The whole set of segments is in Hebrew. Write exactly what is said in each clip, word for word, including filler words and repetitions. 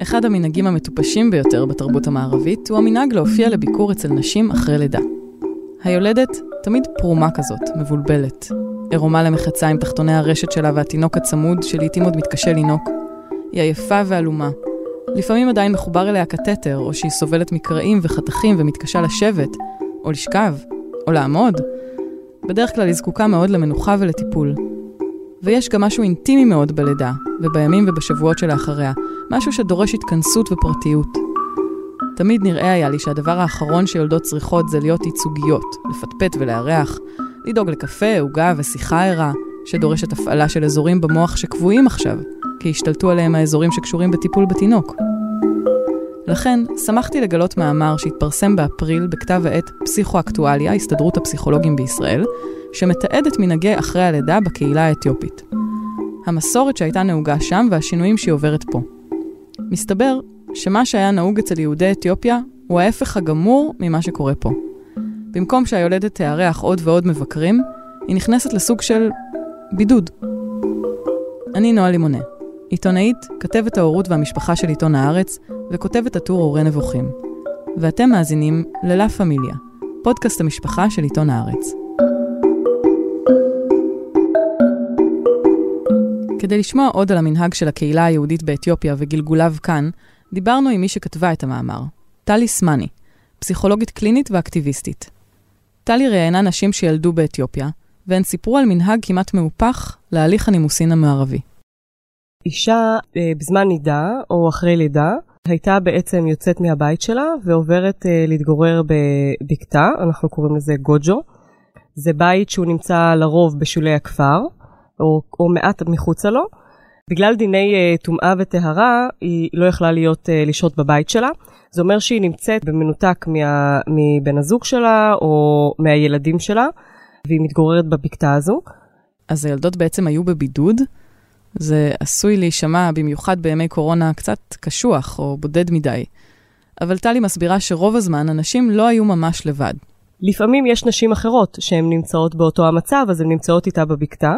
אחד המנהגים המטופשים ביותר בתרבות המערבית הוא המנהג להופיע לביקור אצל נשים אחרי לידה. היולדת תמיד פרומה כזאת, מבולבלת. עירומה למחצה עם תחתוני הרשת שלה והתינוק הצמוד שלעיתים עוד מתקשה לינוק. היא עייפה ועלומה. לפעמים עדיין מחובר אליה קטטר, או שהיא סובלת מקרעים וחתכים ומתקשה לשבת, או לשכב, או לעמוד. בדרך כלל היא זקוקה מאוד למנוחה ולטיפול. ויש גם משהו אינטימי מאוד בלידה, ובימים ובשבועות שלאחריה, משהו שדורש התכנסות ופרטיות. תמיד נראה היה לי שהדבר האחרון שיולדות צריכות זה להיות ייצוגיות, לפטפט ולארח, לדאוג לקפה, עוגה ושיחה ערה, שדורשת הפעלה של אזורים במוח שקבועים עכשיו, כי השתלטו עליהם האזורים שקשורים בטיפול בתינוק. לכן, שמחתי לגלות מאמר שהתפרסם באפריל בכתב העת פסיכואקטואליה, הסתדרות הפסיכולוגים בישראל, שמתעד את מנהגי אחרי הלידה בקהילה האתיופית. המסורת שהייתה נהוגה שם והשינויים שהיא עוברת פה. מסתבר שמה שהיה נהוג אצל יהודי אתיופיה הוא ההפך הגמור ממה שקורה פה. במקום שהיולדת תארח עוד ועוד מבקרים, היא נכנסת לסוג של בידוד. אני נועה לימונה, עיתונאית, כתבת ההורות והמשפחה של עיתון הארץ, וכותבת הטור הורי נבוכים. ואתם מאזינים ללה פמיליה, פודקאסט המשפחה של עיתון הארץ. כדי לשמוע עוד על המנהג של הקהילה היהודית באתיופיה וגלגוליו כאן, דיברנו עם מי שכתבה את המאמר, טלי סמני, פסיכולוגית קלינית ואקטיביסטית. טלי ראיינה נשים שילדו באתיופיה, והן סיפרו על מנהג כמעט מהופך להליך הנימוסין המערבי. אישה בזמן נידה או אחרי לידה הייתה בעצם יוצאת מהבית שלה ועוברת להתגורר בבקתה, אנחנו קוראים לזה גוג'ו. זה בית שהוא נמצא לרוב בשולי הכפר, או, או מעט מחוצה לו. בגלל דיני טומאה וטהרה, היא לא יכלה להיות לשהות בבית שלה. זה אומר שהיא נמצאת במנותק מה, מבן הזוג שלה או מהילדים שלה, והיא מתגוררת בבקתה הזו. אז הילדות בעצם היו בבידוד. זה עשוי להישמע במיוחד בימי קורונה קצת קשוח או בודד מדי. אבל טלי מסבירה שרוב הזמן אנשים לא היו ממש לבד. לפעמים יש נשים אחרות שהן נמצאות באותו המצב, אז הן נמצאות איתה בבקתה.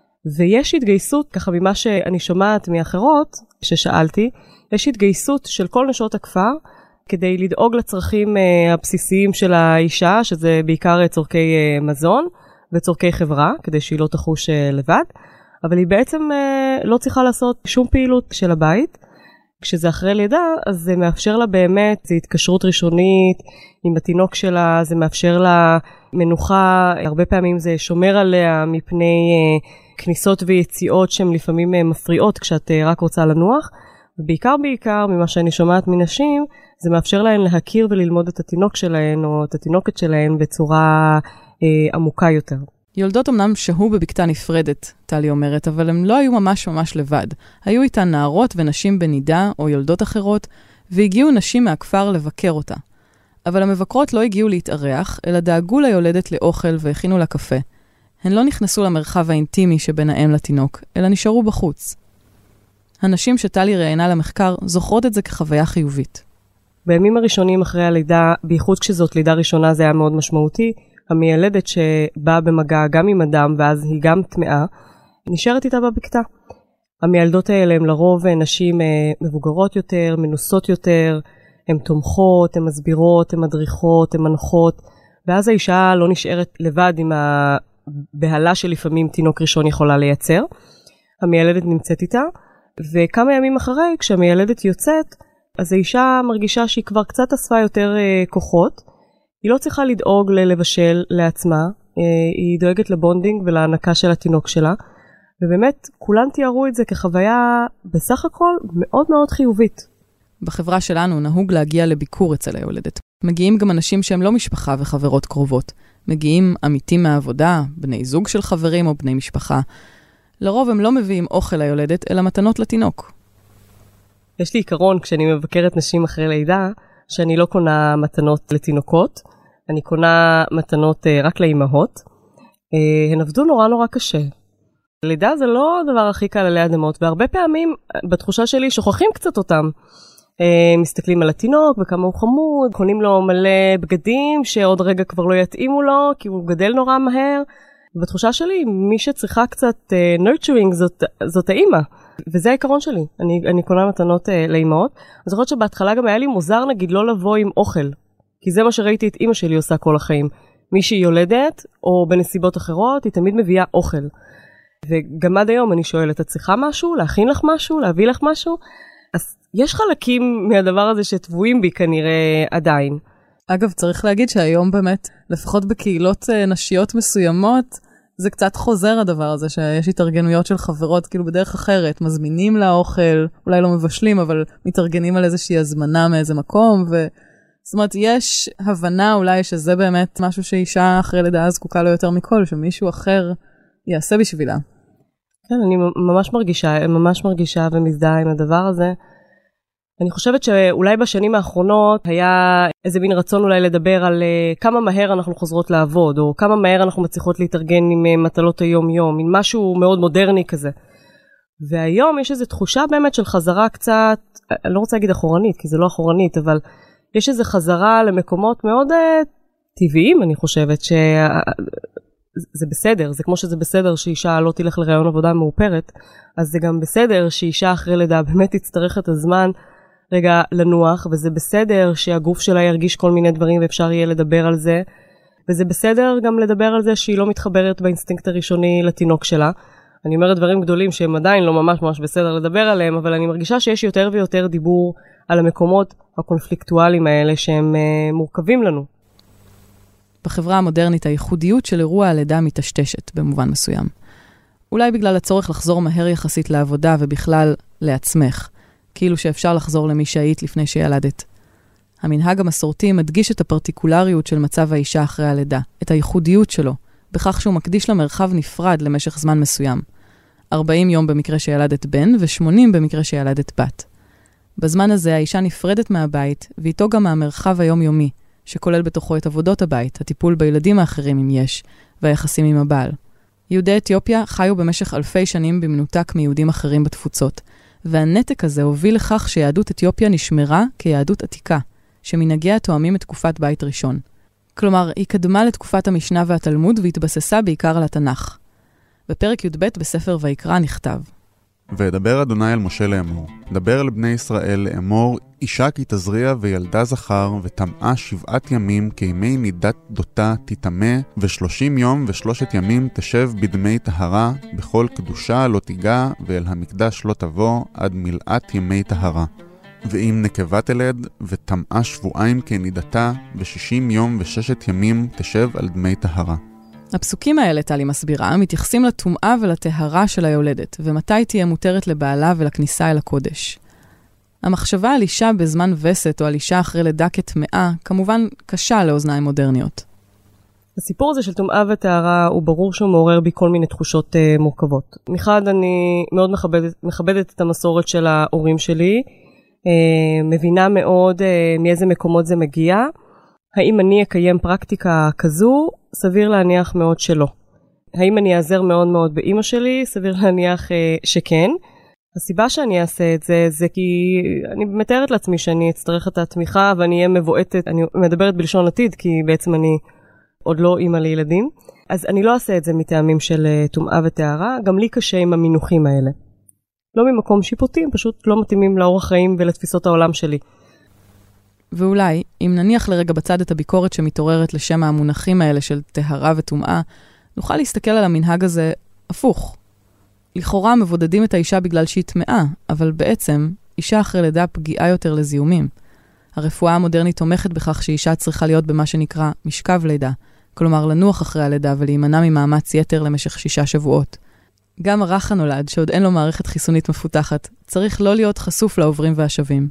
ויש התגייסות, ככה ממה שאני שומעת מאחרות, ששאלתי, יש התגייסות של כל נשות הכפר, כדי לדאוג לצרכים uh, הבסיסיים של האישה, שזה בעיקר צורכי uh, מזון וצורכי חברה, כדי שהיא לא תחוש uh, לבד. אבל היא בעצם uh, לא צריכה לעשות שום פעילות של הבית. כשזה אחרי לידה, אז זה מאפשר לה באמת, זה התקשרות ראשונית עם התינוק שלה, זה מאפשר לה מנוחה, הרבה פעמים זה שומר עליה מפני uh, כניסות ויציאות שהן לפעמים uh, מפריעות כשאת uh, רק רוצה לנוח, ובעיקר בעיקר ממה שאני שומעת מנשים, זה מאפשר להן להכיר וללמוד את התינוק שלהן או את התינוקת שלהן בצורה uh, עמוקה יותר. יולדות אמנם שהו בבקתה נפרדת, טלי אומרת, אבל הם לא היו ממש ממש לבד. היו איתן נערות ונשים בנידה או יולדות אחרות, והגיעו נשים מהכפר לבקר אותה. אבל המבקרות לא הגיעו להתארח, אלא דאגו ליולדת לאוכל והכינו לה קפה. הן לא נכנסו למרחב האינטימי שבין האם לתינוק, אלא נשארו בחוץ. הנשים שטלי ראיינה למחקר זוכרות את זה כחוויה חיובית. בימים הראשונים אחרי הלידה, בייחוד כשזאת לידה ראשונה, זה היה מאוד משמעותי. המיילדת שבאה במגע גם עם אדם, ואז היא גם טמאה, נשארת איתה בבקתה. המיילדות האלה הן לרוב נשים מבוגרות יותר, מנוסות יותר, הן תומכות, הן מסבירות, הן מדריכות, הן מנחות, ואז האישה לא נשארת לבד עם הבהלה שלפעמים תינוק ראשון יכולה לייצר. המיילדת נמצאת איתה, וכמה ימים אחרי, כשהמיילדת יוצאת, אז האישה מרגישה שהיא כבר קצת אספה יותר כוחות, היא לא צריכה לדאוג ללבשל לעצמה, היא דואגת לבונדינג ולהענקה של התינוק שלה, ובאמת כולן תיארו את זה כחוויה בסך הכל מאוד מאוד חיובית. בחברה שלנו נהוג להגיע לביקור אצל היולדת. מגיעים גם אנשים שהם לא משפחה וחברות קרובות. מגיעים עמיתים מהעבודה, בני זוג של חברים או בני משפחה. לרוב הם לא מביאים אוכל ליולדת, אלא מתנות לתינוק. יש לי עיקרון כשאני מבקרת נשים אחרי לידה, שאני לא קונה מתנות לתינוקות, אני קונה מתנות uh, רק לאימהות. Uh, הן עבדו נורא נורא קשה. לידה זה לא הדבר הכי קל עלי אדמות, והרבה פעמים בתחושה שלי שוכחים קצת אותם. Uh, מסתכלים על התינוק וכמה הוא חמוד, קונים לו מלא בגדים שעוד רגע כבר לא יתאימו לו, כי הוא גדל נורא מהר, ובתחושה שלי, מי שצריכה קצת uh, nurturing זאת, זאת האימא. וזה העיקרון שלי. אני, אני קונה מתנות uh, לאימהות. אז זוכרת שבהתחלה גם היה לי מוזר, נגיד, לא לבוא עם אוכל. כי זה מה שראיתי את אימא שלי עושה כל החיים. מי שהיא יולדת, או בנסיבות אחרות, היא תמיד מביאה אוכל. וגם עד היום אני שואלת, את צריכה משהו? להכין לך משהו? להביא לך משהו? אז יש חלקים מהדבר הזה שטבועים בי כנראה עדיין. אגב, צריך להגיד שהיום באמת, לפחות בקהילות נשיות מסוימות, זה קצת חוזר הדבר הזה, שיש התארגנויות של חברות כאילו בדרך אחרת, מזמינים לה אוכל, אולי לא מבשלים, אבל מתארגנים על איזושהי הזמנה מאיזה מקום, ו... זאת אומרת, יש הבנה אולי שזה באמת משהו שאישה אחרי לידה זקוקה לו יותר מכל, שמישהו אחר יעשה בשבילה. כן, אני ממש מרגישה, ממש מרגישה ומזדהה עם הדבר הזה. אני חושבת שאולי בשנים האחרונות היה איזה מין רצון אולי לדבר על uh, כמה מהר אנחנו חוזרות לעבוד, או כמה מהר אנחנו מצליחות להתארגן עם uh, מטלות היום-יום, עם משהו מאוד מודרני כזה. והיום יש איזו תחושה באמת של חזרה קצת, אני לא רוצה להגיד אחורנית, כי זה לא אחורנית, אבל יש איזו חזרה למקומות מאוד uh, טבעיים, אני חושבת, שזה בסדר, זה כמו שזה בסדר שאישה לא תלך לרעיון עבודה מאופרת, אז זה גם בסדר שאישה אחרי לידה באמת תצטרך את הזמן רגע לנוח, וזה בסדר שהגוף שלה ירגיש כל מיני דברים ואפשר יהיה לדבר על זה, וזה בסדר גם לדבר על זה שהיא לא מתחברת באינסטינקט הראשוני לתינוק שלה. אני אומרת דברים גדולים שהם עדיין לא ממש ממש בסדר לדבר עליהם, אבל אני מרגישה שיש יותר ויותר דיבור על המקומות הקונפליקטואליים האלה שהם uh, מורכבים לנו. בחברה המודרנית הייחודיות של אירוע הלידה מתשתשת במובן מסוים. אולי בגלל הצורך לחזור מהר יחסית לעבודה ובכלל לעצמך, כאילו שאפשר לחזור למי שהיית לפני שילדת. המנהג המסורתי מדגיש את הפרטיקולריות של מצב האישה אחרי הלידה, את הייחודיות שלו, בכך שהוא מקדיש למרחב נפרד למשך זמן מסוים. ארבעים יום במקרה שילדת בן ו-שמונים במקרה שילדת בת. בזמן הזה האישה נפרדת מהבית, ואיתו גם מהמרחב היומיומי, שכולל בתוכו את עבודות הבית, הטיפול בילדים האחרים אם יש, והיחסים עם הבעל. יהודי אתיופיה חיו במשך אלפי שנים במנותק מיהודים אחרים בתפוצות, והנתק הזה הוביל לכך שיהדות אתיופיה נשמרה כיהדות עתיקה, שמנהגיה תואמים את תקופת בית ראשון. כלומר, היא קדמה לתקופת המשנה והתלמוד והתבססה בעיקר על התנ"ך. בפרק י"ב בספר ויקרא נכתב: וידבר אדוני אל משה לאמור, דבר אל בני ישראל לאמור, אישה כי תזריע וילדה זכר, וטמאה שבעת ימים כימי נידת דותה תטמא, ושלושים יום ושלושת ימים תשב בדמי טהרה, בכל קדושה לא תיגע, ואל המקדש לא תבוא, עד מלאת ימי טהרה. ואם נקבה תלד, וטמאה שבועיים כנידתה, בשישים יום וששת ימים תשב על דמי טהרה. הפסוקים האלה, טלי מסבירה, מתייחסים לטומאה ולטהרה של היולדת, ומתי תהיה מותרת לבעלה ולכניסה אל הקודש. המחשבה על אישה בזמן וסת או על אישה אחרי לידה כטמאה, כמובן קשה לאוזניים מודרניות. הסיפור הזה של טומאה וטהרה הוא ברור שהוא מעורר בי כל מיני תחושות uh, מורכבות. מחד אני מאוד מכבדת, מכבדת את המסורת של ההורים שלי, uh, מבינה מאוד uh, מאיזה מקומות זה מגיע. האם אני אקיים פרקטיקה כזו? סביר להניח מאוד שלא. האם אני אעזר מאוד מאוד באמא שלי? סביר להניח uh, שכן. הסיבה שאני אעשה את זה, זה כי אני מתארת לעצמי שאני אצטרך את התמיכה ואני אהיה מבועטת, אני מדברת בלשון עתיד, כי בעצם אני עוד לא אימא לילדים. אז אני לא אעשה את זה מטעמים של טומאה וטהרה, גם לי קשה עם המינוחים האלה. לא ממקום שיפוטי, פשוט לא מתאימים לאורח חיים ולתפיסות העולם שלי. ואולי, אם נניח לרגע בצד את הביקורת שמתעוררת לשם המונחים האלה של טהרה וטומאה, נוכל להסתכל על המנהג הזה הפוך. לכאורה מבודדים את האישה בגלל שהיא טמאה, אבל בעצם אישה אחרי לידה פגיעה יותר לזיהומים. הרפואה המודרנית תומכת בכך שאישה צריכה להיות במה שנקרא משכב לידה, כלומר לנוח אחרי הלידה ולהימנע ממאמץ יתר למשך שישה שבועות. גם הרך הנולד, שעוד אין לו מערכת חיסונית מפותחת, צריך לא להיות חשוף לעוברים והשבים.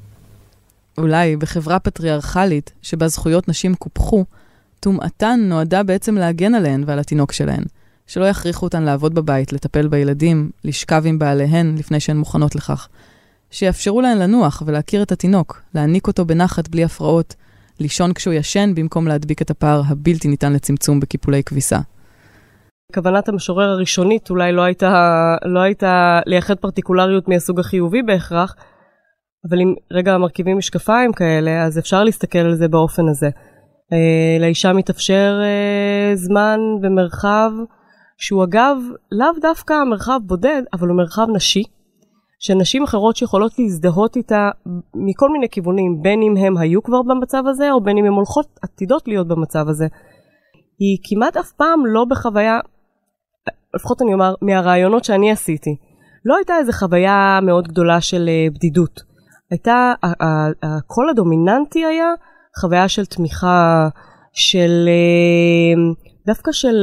אולי בחברה פטריארכלית, שבה זכויות נשים קופחו, טומאתן נועדה בעצם להגן עליהן ועל התינוק שלהן, שלא יכריחו אותן לעבוד בבית, לטפל בילדים, לשכב עם בעליהן לפני שהן מוכנות לכך. שיאפשרו להן לנוח ולהכיר את התינוק, להעניק אותו בנחת בלי הפרעות, לישון כשהוא ישן במקום להדביק את הפער הבלתי ניתן לצמצום בקיפולי כביסה. כוונת המשורר הראשונית אולי לא הייתה, לא הייתה לייחד פרטיקולריות מהסוג החיובי בהכרח, אבל אם רגע מרכיבים משקפיים כאלה, אז אפשר להסתכל על זה באופן הזה. לאישה מתאפשר זמן ומרחב, שהוא אגב לאו דווקא מרחב בודד, אבל הוא מרחב נשי, שנשים אחרות שיכולות להזדהות איתה מכל מיני כיוונים, בין אם הם היו כבר במצב הזה, או בין אם הם הולכות עתידות להיות במצב הזה. היא כמעט אף פעם לא בחוויה, לפחות אני אומר, מהרעיונות שאני עשיתי, לא הייתה איזו חוויה מאוד גדולה של בדידות. הייתה, הקול הדומיננטי היה חוויה של תמיכה, של, דווקא של,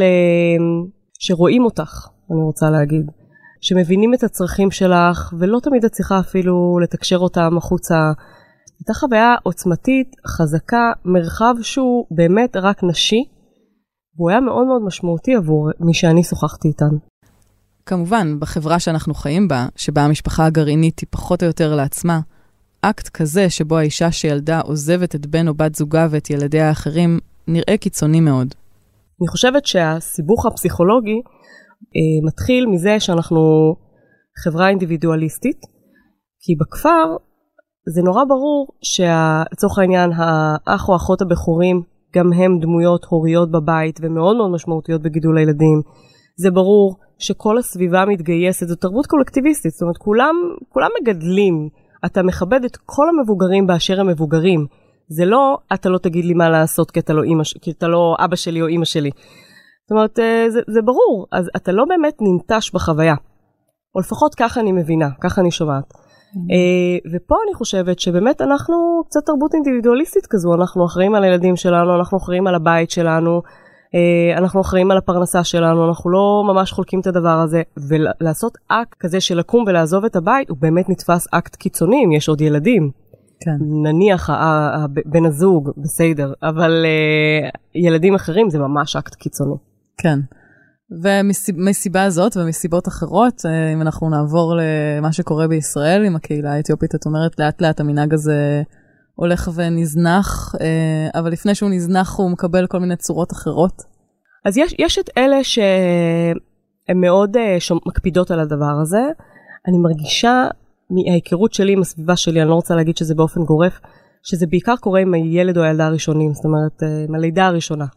שרואים אותך, אני רוצה להגיד. שמבינים את הצרכים שלך, ולא תמיד את צריכה אפילו לתקשר אותם החוצה. הייתה חוויה עוצמתית, חזקה, מרחב שהוא באמת רק נשי, והוא היה מאוד מאוד משמעותי עבור מי שאני שוחחתי איתן. כמובן, בחברה שאנחנו חיים בה, שבה המשפחה הגרעינית היא פחות או יותר לעצמה, אקט כזה שבו האישה שילדה עוזבת את בן או בת זוגה ואת ילדיה האחרים, נראה קיצוני מאוד. אני חושבת שהסיבוך הפסיכולוגי אה, מתחיל מזה שאנחנו חברה אינדיבידואליסטית, כי בכפר זה נורא ברור שלצורך העניין האח או אחות הבחורים גם הם דמויות הוריות בבית ומאוד מאוד משמעותיות בגידול הילדים. זה ברור שכל הסביבה מתגייסת, זו תרבות קולקטיביסטית, זאת אומרת כולם, כולם מגדלים, אתה מכבד את כל המבוגרים באשר הם מבוגרים. זה לא, אתה לא תגיד לי מה לעשות כי אתה לא, אמא, כי אתה לא אבא שלי או אמא שלי. זאת אומרת, זה, זה ברור, אז אתה לא באמת ננטש בחוויה. או לפחות ככה אני מבינה, ככה אני שומעת. Mm-hmm. ופה אני חושבת שבאמת אנחנו קצת תרבות אינדיבידואליסטית כזו, אנחנו אחראים על הילדים שלנו, אנחנו אחראים על הבית שלנו, אנחנו אחראים על הפרנסה שלנו, אנחנו לא ממש חולקים את הדבר הזה, ולעשות אקט כזה של לקום ולעזוב את הבית, הוא באמת נתפס אקט קיצוני, אם יש עוד ילדים. כן. נניח בן הזוג, בסדר, אבל ילדים אחרים זה ממש אקט קיצוני. כן. ומסיבה הזאת ומסיבות אחרות, אם אנחנו נעבור למה שקורה בישראל עם הקהילה האתיופית, את אומרת לאט לאט המנהג הזה הולך ונזנח, אבל לפני שהוא נזנח הוא מקבל כל מיני צורות אחרות. אז יש, יש את אלה שהן מאוד מקפידות על הדבר הזה. אני מרגישה מההיכרות שלי עם הסביבה שלי, אני לא רוצה להגיד שזה באופן גורף, שזה בעיקר קורה עם הילד או הילדה הראשונים, זאת אומרת, עם הלידה הראשונה.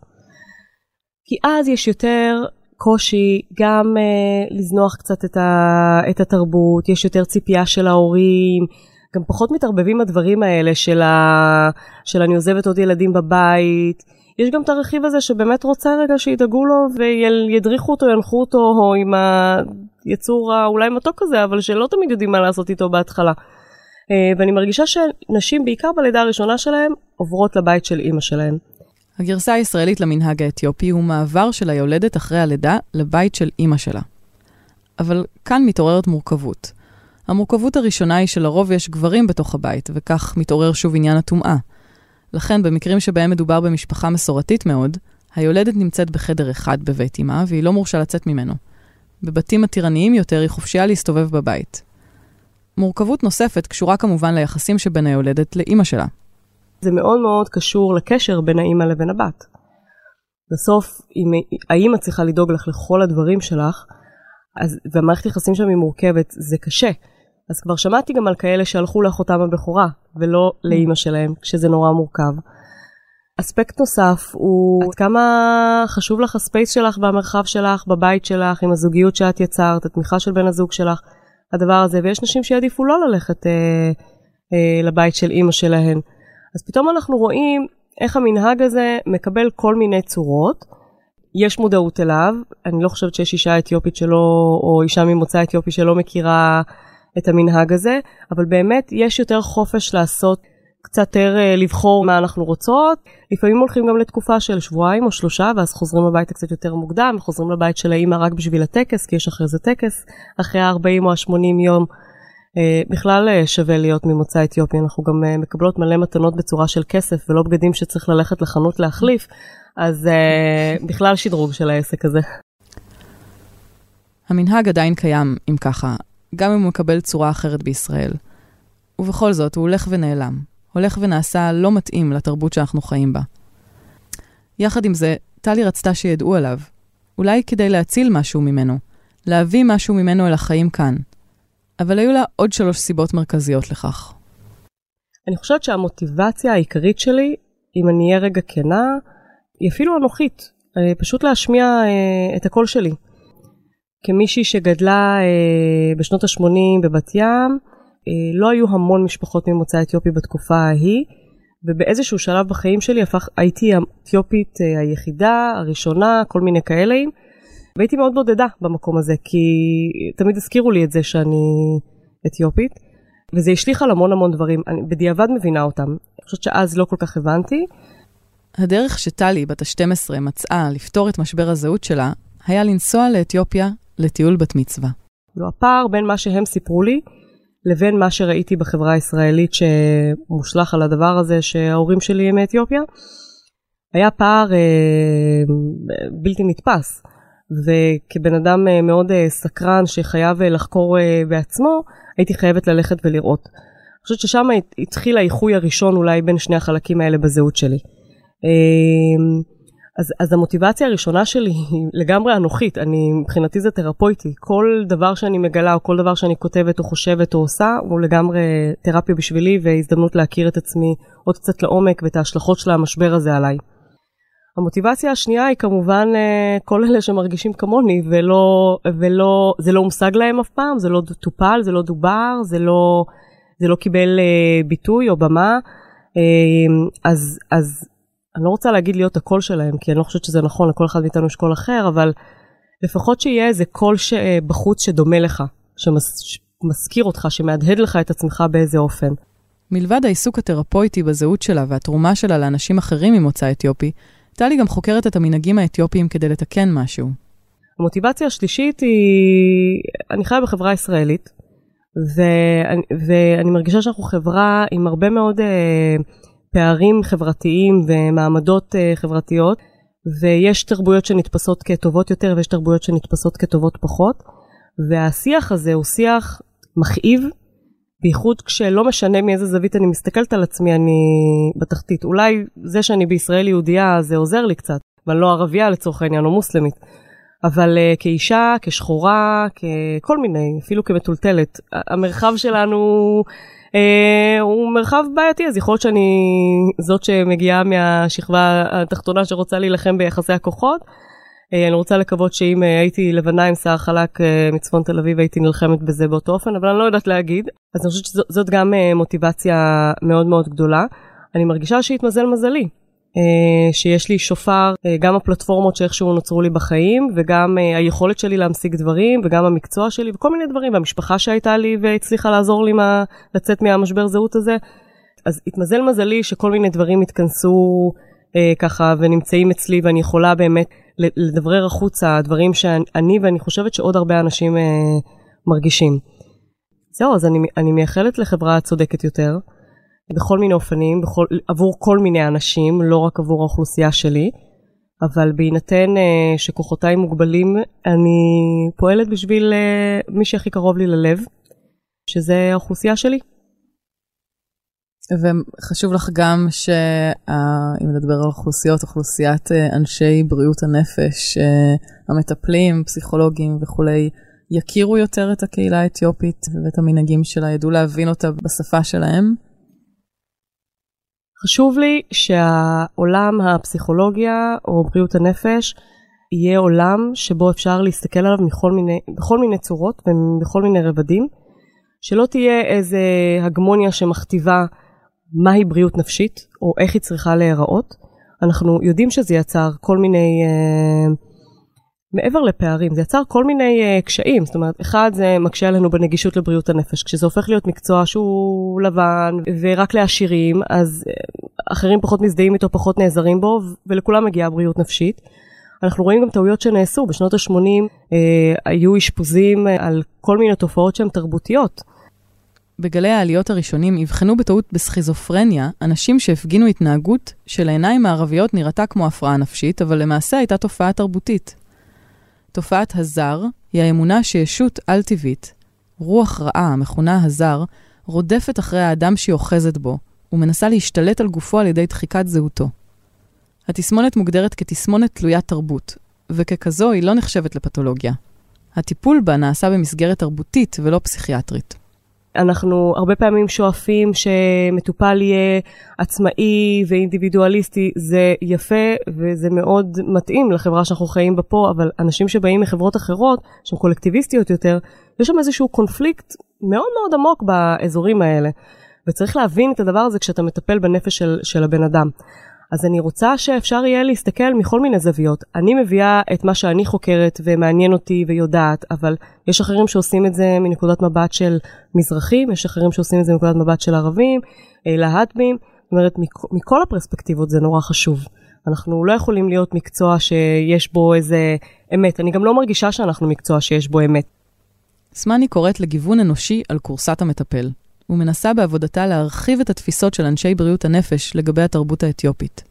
כי אז יש יותר קושי גם uh, לזנוח קצת את, ה, את התרבות, יש יותר ציפייה של ההורים, גם פחות מתערבבים הדברים האלה של, ה, של אני עוזבת עוד ילדים בבית. יש גם את הרכיב הזה שבאמת רוצה רגע שידאגו לו וידריכו אותו, ינחו אותו, או עם היצור אולי מתוק כזה, אבל שלא תמיד יודעים מה לעשות איתו בהתחלה. Uh, ואני מרגישה שנשים, בעיקר בלידה הראשונה שלהם, עוברות לבית של אמא שלהם. הגרסה הישראלית למנהג האתיופי הוא מעבר של היולדת אחרי הלידה לבית של אמא שלה. אבל כאן מתעוררת מורכבות. המורכבות הראשונה היא שלרוב יש גברים בתוך הבית, וכך מתעורר שוב עניין הטומאה. לכן, במקרים שבהם מדובר במשפחה מסורתית מאוד, היולדת נמצאת בחדר אחד בבית אמא, והיא לא מורשה לצאת ממנו. בבתים הטירניים יותר היא חופשייה להסתובב בבית. מורכבות נוספת קשורה כמובן ליחסים שבין היולדת לאמא שלה. זה מאוד מאוד קשור לקשר בין האמא לבין הבת. בסוף, אם האמא צריכה לדאוג לך לכל הדברים שלך, אז, והמערכת יחסים שם היא מורכבת, זה קשה. אז כבר שמעתי גם על כאלה שהלכו לאחותם הבכורה, ולא לאמא שלהם, כשזה נורא מורכב. אספקט נוסף הוא עד כמה חשוב לך הספייס שלך והמרחב שלך, בבית שלך, עם הזוגיות שאת יצרת, התמיכה של בן הזוג שלך, הדבר הזה. ויש נשים שיעדיפו לא ללכת אה, אה, לבית של אמא שלהן. אז פתאום אנחנו רואים איך המנהג הזה מקבל כל מיני צורות. יש מודעות אליו, אני לא חושבת שיש אישה אתיופית שלא, או אישה ממוצא אתיופי שלא מכירה את המנהג הזה, אבל באמת יש יותר חופש לעשות, קצת יותר לבחור מה אנחנו רוצות. לפעמים הולכים גם לתקופה של שבועיים או שלושה, ואז חוזרים הביתה קצת יותר מוקדם, וחוזרים לבית של האמא רק בשביל הטקס, כי יש אחרי זה טקס, אחרי ה-ארבעים או ה-שמונים יום. בכלל שווה להיות ממוצא אתיופי, אנחנו גם מקבלות מלא מתנות בצורה של כסף, ולא בגדים שצריך ללכת לחנות להחליף, אז בכלל שדרוג של העסק הזה. המנהג עדיין קיים, אם ככה, גם אם הוא מקבל צורה אחרת בישראל. ובכל זאת, הוא הולך ונעלם. הולך ונעשה לא מתאים לתרבות שאנחנו חיים בה. יחד עם זה, טלי רצתה שידעו עליו. אולי כדי להציל משהו ממנו, להביא משהו ממנו אל החיים כאן. אבל היו לה עוד שלוש סיבות מרכזיות לכך. אני חושבת שהמוטיבציה העיקרית שלי אם אני אהיה רגע כנה, היא אפילו אנוכית, פשוט להשמיע את הקול שלי. כמישהי שגדלה בשנות ה-שמונים בבת ים, לא היו המון משפחות ממוצא אתיופי בתקופה ההיא, ובאיזשהו שלב בחיים שלי הפך, הייתי האתיופית היחידה, הראשונה, כל מיני כאלה, והייתי מאוד בודדה במקום הזה, כי תמיד הזכירו לי את זה שאני אתיופית, וזה השליך על המון המון דברים, אני בדיעבד מבינה אותם, אני חושבת שאז לא כל כך הבנתי. הדרך שטלי, בת ה-שתים עשרה, מצאה לפתור את משבר הזהות שלה, היה לנסוע לאתיופיה לטיול בת מצווה. הפער בין מה שהם סיפרו לי, לבין מה שראיתי בחברה הישראלית שמושלח על הדבר הזה שההורים שלי הם מאתיופיה, היה פער אה, בלתי נתפס. וכבן אדם אה, מאוד אה, סקרן שחייב אה, לחקור אה, בעצמו, הייתי חייבת ללכת ולראות. אני חושבת ששם התחיל האיחוי הראשון אולי בין שני החלקים האלה בזהות שלי. אה, אז, אז המוטיבציה הראשונה שלי היא לגמרי אנוכית, אני, מבחינתי זה תרפויטי, כל דבר שאני מגלה או כל דבר שאני כותבת או חושבת או עושה, הוא לגמרי תרפיה בשבילי והזדמנות להכיר את עצמי עוד קצת לעומק ואת ההשלכות של המשבר הזה עליי. המוטיבציה השנייה היא כמובן כל אלה שמרגישים כמוני ולא, ולא, זה לא מושג להם אף פעם, זה לא טופל, זה לא דובר, זה לא, זה לא קיבל ביטוי או במה, אז, אז, אני לא רוצה להגיד להיות הקול שלהם, כי אני לא חושבת שזה נכון, לכל אחד מאיתנו יש קול אחר, אבל לפחות שיהיה איזה קול בחוץ שדומה לך, שמזכיר אותך, שמהדהד לך את עצמך באיזה אופן. מלבד העיסוק התרפויטי בזהות שלה והתרומה שלה לאנשים אחרים ממוצא אתיופי, טלי גם חוקרת את המנהגים האתיופיים כדי לתקן משהו. המוטיבציה השלישית היא, אני חיה בחברה ישראלית, ואני, ואני מרגישה שאנחנו חברה עם הרבה מאוד פערים חברתיים ומעמדות uh, חברתיות, ויש תרבויות שנתפסות כטובות יותר, ויש תרבויות שנתפסות כטובות פחות, והשיח הזה הוא שיח מכאיב, בייחוד כשלא משנה מאיזה זווית אני מסתכלת על עצמי, אני בתחתית. אולי זה שאני בישראל יהודייה, זה עוזר לי קצת, ואני לא ערבייה לצורך העניין, או מוסלמית. אבל uh, כאישה, כשחורה, ככל מיני, אפילו כמטולטלת, המרחב שלנו uh, הוא מרחב בעייתי, אז יכול להיות שאני זאת שמגיעה מהשכבה התחתונה שרוצה להילחם ביחסי הכוחות. Uh, אני רוצה לקוות שאם uh, הייתי לבנה עם שיער חלק uh, מצפון תל אביב, הייתי נלחמת בזה באותו אופן, אבל אני לא יודעת להגיד. אז אני חושבת שזאת גם uh, מוטיבציה מאוד מאוד גדולה. אני מרגישה שהתמזל מזלי. שיש לי שופר, גם הפלטפורמות שאיכשהו נוצרו לי בחיים, וגם היכולת שלי להמשיג דברים, וגם המקצוע שלי, וכל מיני דברים, והמשפחה שהייתה לי והצליחה לעזור לי מה, לצאת מהמשבר זהות הזה. אז התמזל מזלי שכל מיני דברים התכנסו אה, ככה ונמצאים אצלי, ואני יכולה באמת לדברר החוצה, דברים שאני ואני חושבת שעוד הרבה אנשים אה, מרגישים. זהו, אז אני, אני מייחלת לחברה צודקת יותר, בכל מיני אופנים, בכל, עבור כל מיני אנשים, לא רק עבור האוכלוסייה שלי, אבל בהינתן uh, שכוחותיי מוגבלים, אני פועלת בשביל uh, מי שהכי קרוב לי ללב, שזה האוכלוסייה שלי. וחשוב לך גם שאם נדבר על אוכלוסיות, אוכלוסיית אנשי בריאות הנפש, המטפלים, פסיכולוגים וכולי, יכירו יותר את הקהילה האתיופית ואת המנהגים שלה, ידעו להבין אותה בשפה שלהם. חשוב לי שהעולם הפסיכולוגיה או בריאות הנפש יהיה עולם שבו אפשר להסתכל עליו מכל מיני, בכל מיני צורות ובכל מיני רבדים, שלא תהיה איזה הגמוניה שמכתיבה מהי בריאות נפשית או איך היא צריכה להיראות. אנחנו יודעים שזה יצר כל מיני, אה, מעבר לפערים, זה יצר כל מיני אה, קשיים. זאת אומרת, אחד זה מקשה עלינו בנגישות לבריאות הנפש, כשזה הופך להיות מקצוע שהוא לבן ורק לעשירים, אז אה, אחרים פחות מזדהים איתו, פחות נעזרים בו, ולכולם מגיעה בריאות נפשית. אנחנו רואים גם טעויות שנעשו, בשנות ה-שמונים אה, היו אשפוזים על כל מיני תופעות שהן תרבותיות. בגלי העליות הראשונים הבחנו בטעות בסכיזופרניה אנשים שהפגינו התנהגות שלעיניים הערביות נראתה כמו הפרעה נפשית, אבל למעשה הייתה תופעה תרבותית. תופעת הזר היא האמונה שישות על-טבעית, רוח רעה המכונה הזר, רודפת אחרי האדם שהיא אוחזת בו, ומנסה להשתלט על גופו על ידי דחיקת זהותו. התסמונת מוגדרת כתסמונת תלוית תרבות, וככזו היא לא נחשבת לפתולוגיה. הטיפול בה נעשה במסגרת תרבותית ולא פסיכיאטרית. אנחנו הרבה פעמים שואפים שמטופל יהיה עצמאי ואינדיבידואליסטי, זה יפה וזה מאוד מתאים לחברה שאנחנו חיים בה פה, אבל אנשים שבאים מחברות אחרות, שהן קולקטיביסטיות יותר, יש שם איזשהו קונפליקט מאוד מאוד עמוק באזורים האלה, וצריך להבין את הדבר הזה כשאתה מטפל בנפש של, של הבן אדם. אז אני רוצה שאפשר יהיה להסתכל מכל מיני זוויות. אני מביאה את מה שאני חוקרת ומעניין אותי ויודעת, אבל יש אחרים שעושים את זה מנקודת מבט של מזרחים, יש אחרים שעושים את זה מנקודת מבט של ערבים, להטבים. זאת אומרת, מכל הפרספקטיבות זה נורא חשוב. אנחנו לא יכולים להיות מקצוע שיש בו איזה אמת. אני גם לא מרגישה שאנחנו מקצוע שיש בו אמת. סמני קוראת לגיוון אנושי על קורסת המטפל. ומנסה בעבודתה להרחיב את התפיסות של אנשי בריאות הנפש לגבי התרבות האתיופית.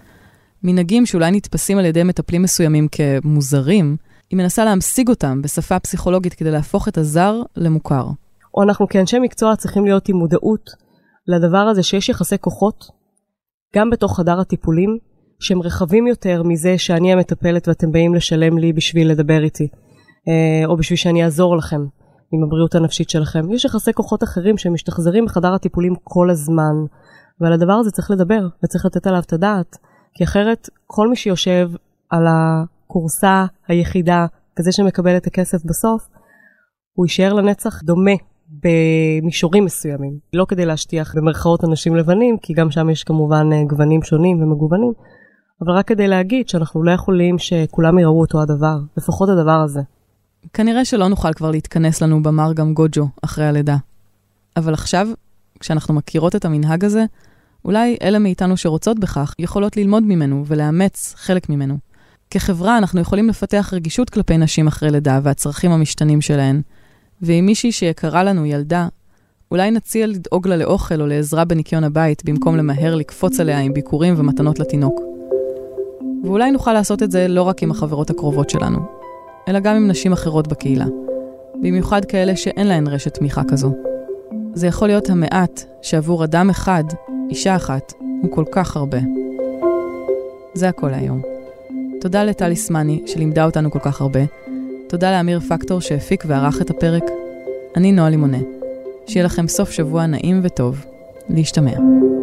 מנהגים שאולי נתפסים על ידי מטפלים מסוימים כמוזרים, היא מנסה להמשיג אותם בשפה פסיכולוגית כדי להפוך את הזר למוכר. או אנחנו כאנשי מקצוע צריכים להיות עם מודעות לדבר הזה שיש יחסי כוחות, גם בתוך חדר הטיפולים, שהם רחבים יותר מזה שאני המטפלת ואתם באים לשלם לי בשביל לדבר איתי, או בשביל שאני אעזור לכם. עם הבריאות הנפשית שלכם. יש יחסי כוחות אחרים שמשתחזרים בחדר הטיפולים כל הזמן, ועל הדבר הזה צריך לדבר, וצריך לתת עליו את הדעת, כי אחרת כל מי שיושב על הקורסה היחידה, כזה שמקבל את הכסף בסוף, הוא יישאר לנצח דומה במישורים מסוימים. לא כדי להשטיח במרכאות אנשים לבנים, כי גם שם יש כמובן גוונים שונים ומגוונים, אבל רק כדי להגיד שאנחנו לא יכולים שכולם יראו אותו הדבר, לפחות הדבר הזה. כנראה שלא נוכל כבר להתכנס לנו במר גם גוג'ו אחרי הלידה. אבל עכשיו, כשאנחנו מכירות את המנהג הזה, אולי אלה מאיתנו שרוצות בכך יכולות ללמוד ממנו ולאמץ חלק ממנו. כחברה אנחנו יכולים לפתח רגישות כלפי נשים אחרי לידה והצרכים המשתנים שלהן. ואם מישהי שיקרה לנו ילדה, אולי נציע לדאוג לה לאוכל או לעזרה בניקיון הבית במקום למהר לקפוץ עליה עם ביקורים ומתנות לתינוק. ואולי נוכל לעשות את זה לא רק עם החברות הקרובות שלנו, אלא גם עם נשים אחרות בקהילה, במיוחד כאלה שאין להן רשת תמיכה כזו. זה יכול להיות המעט שעבור אדם אחד, אישה אחת, הוא כל כך הרבה. זה הכל היום. תודה לטלי סמני שלימדה אותנו כל כך הרבה. תודה לאמיר פקטור שהפיק וערך את הפרק. אני נועה לימונה. שיהיה לכם סוף שבוע נעים וטוב. להשתמע.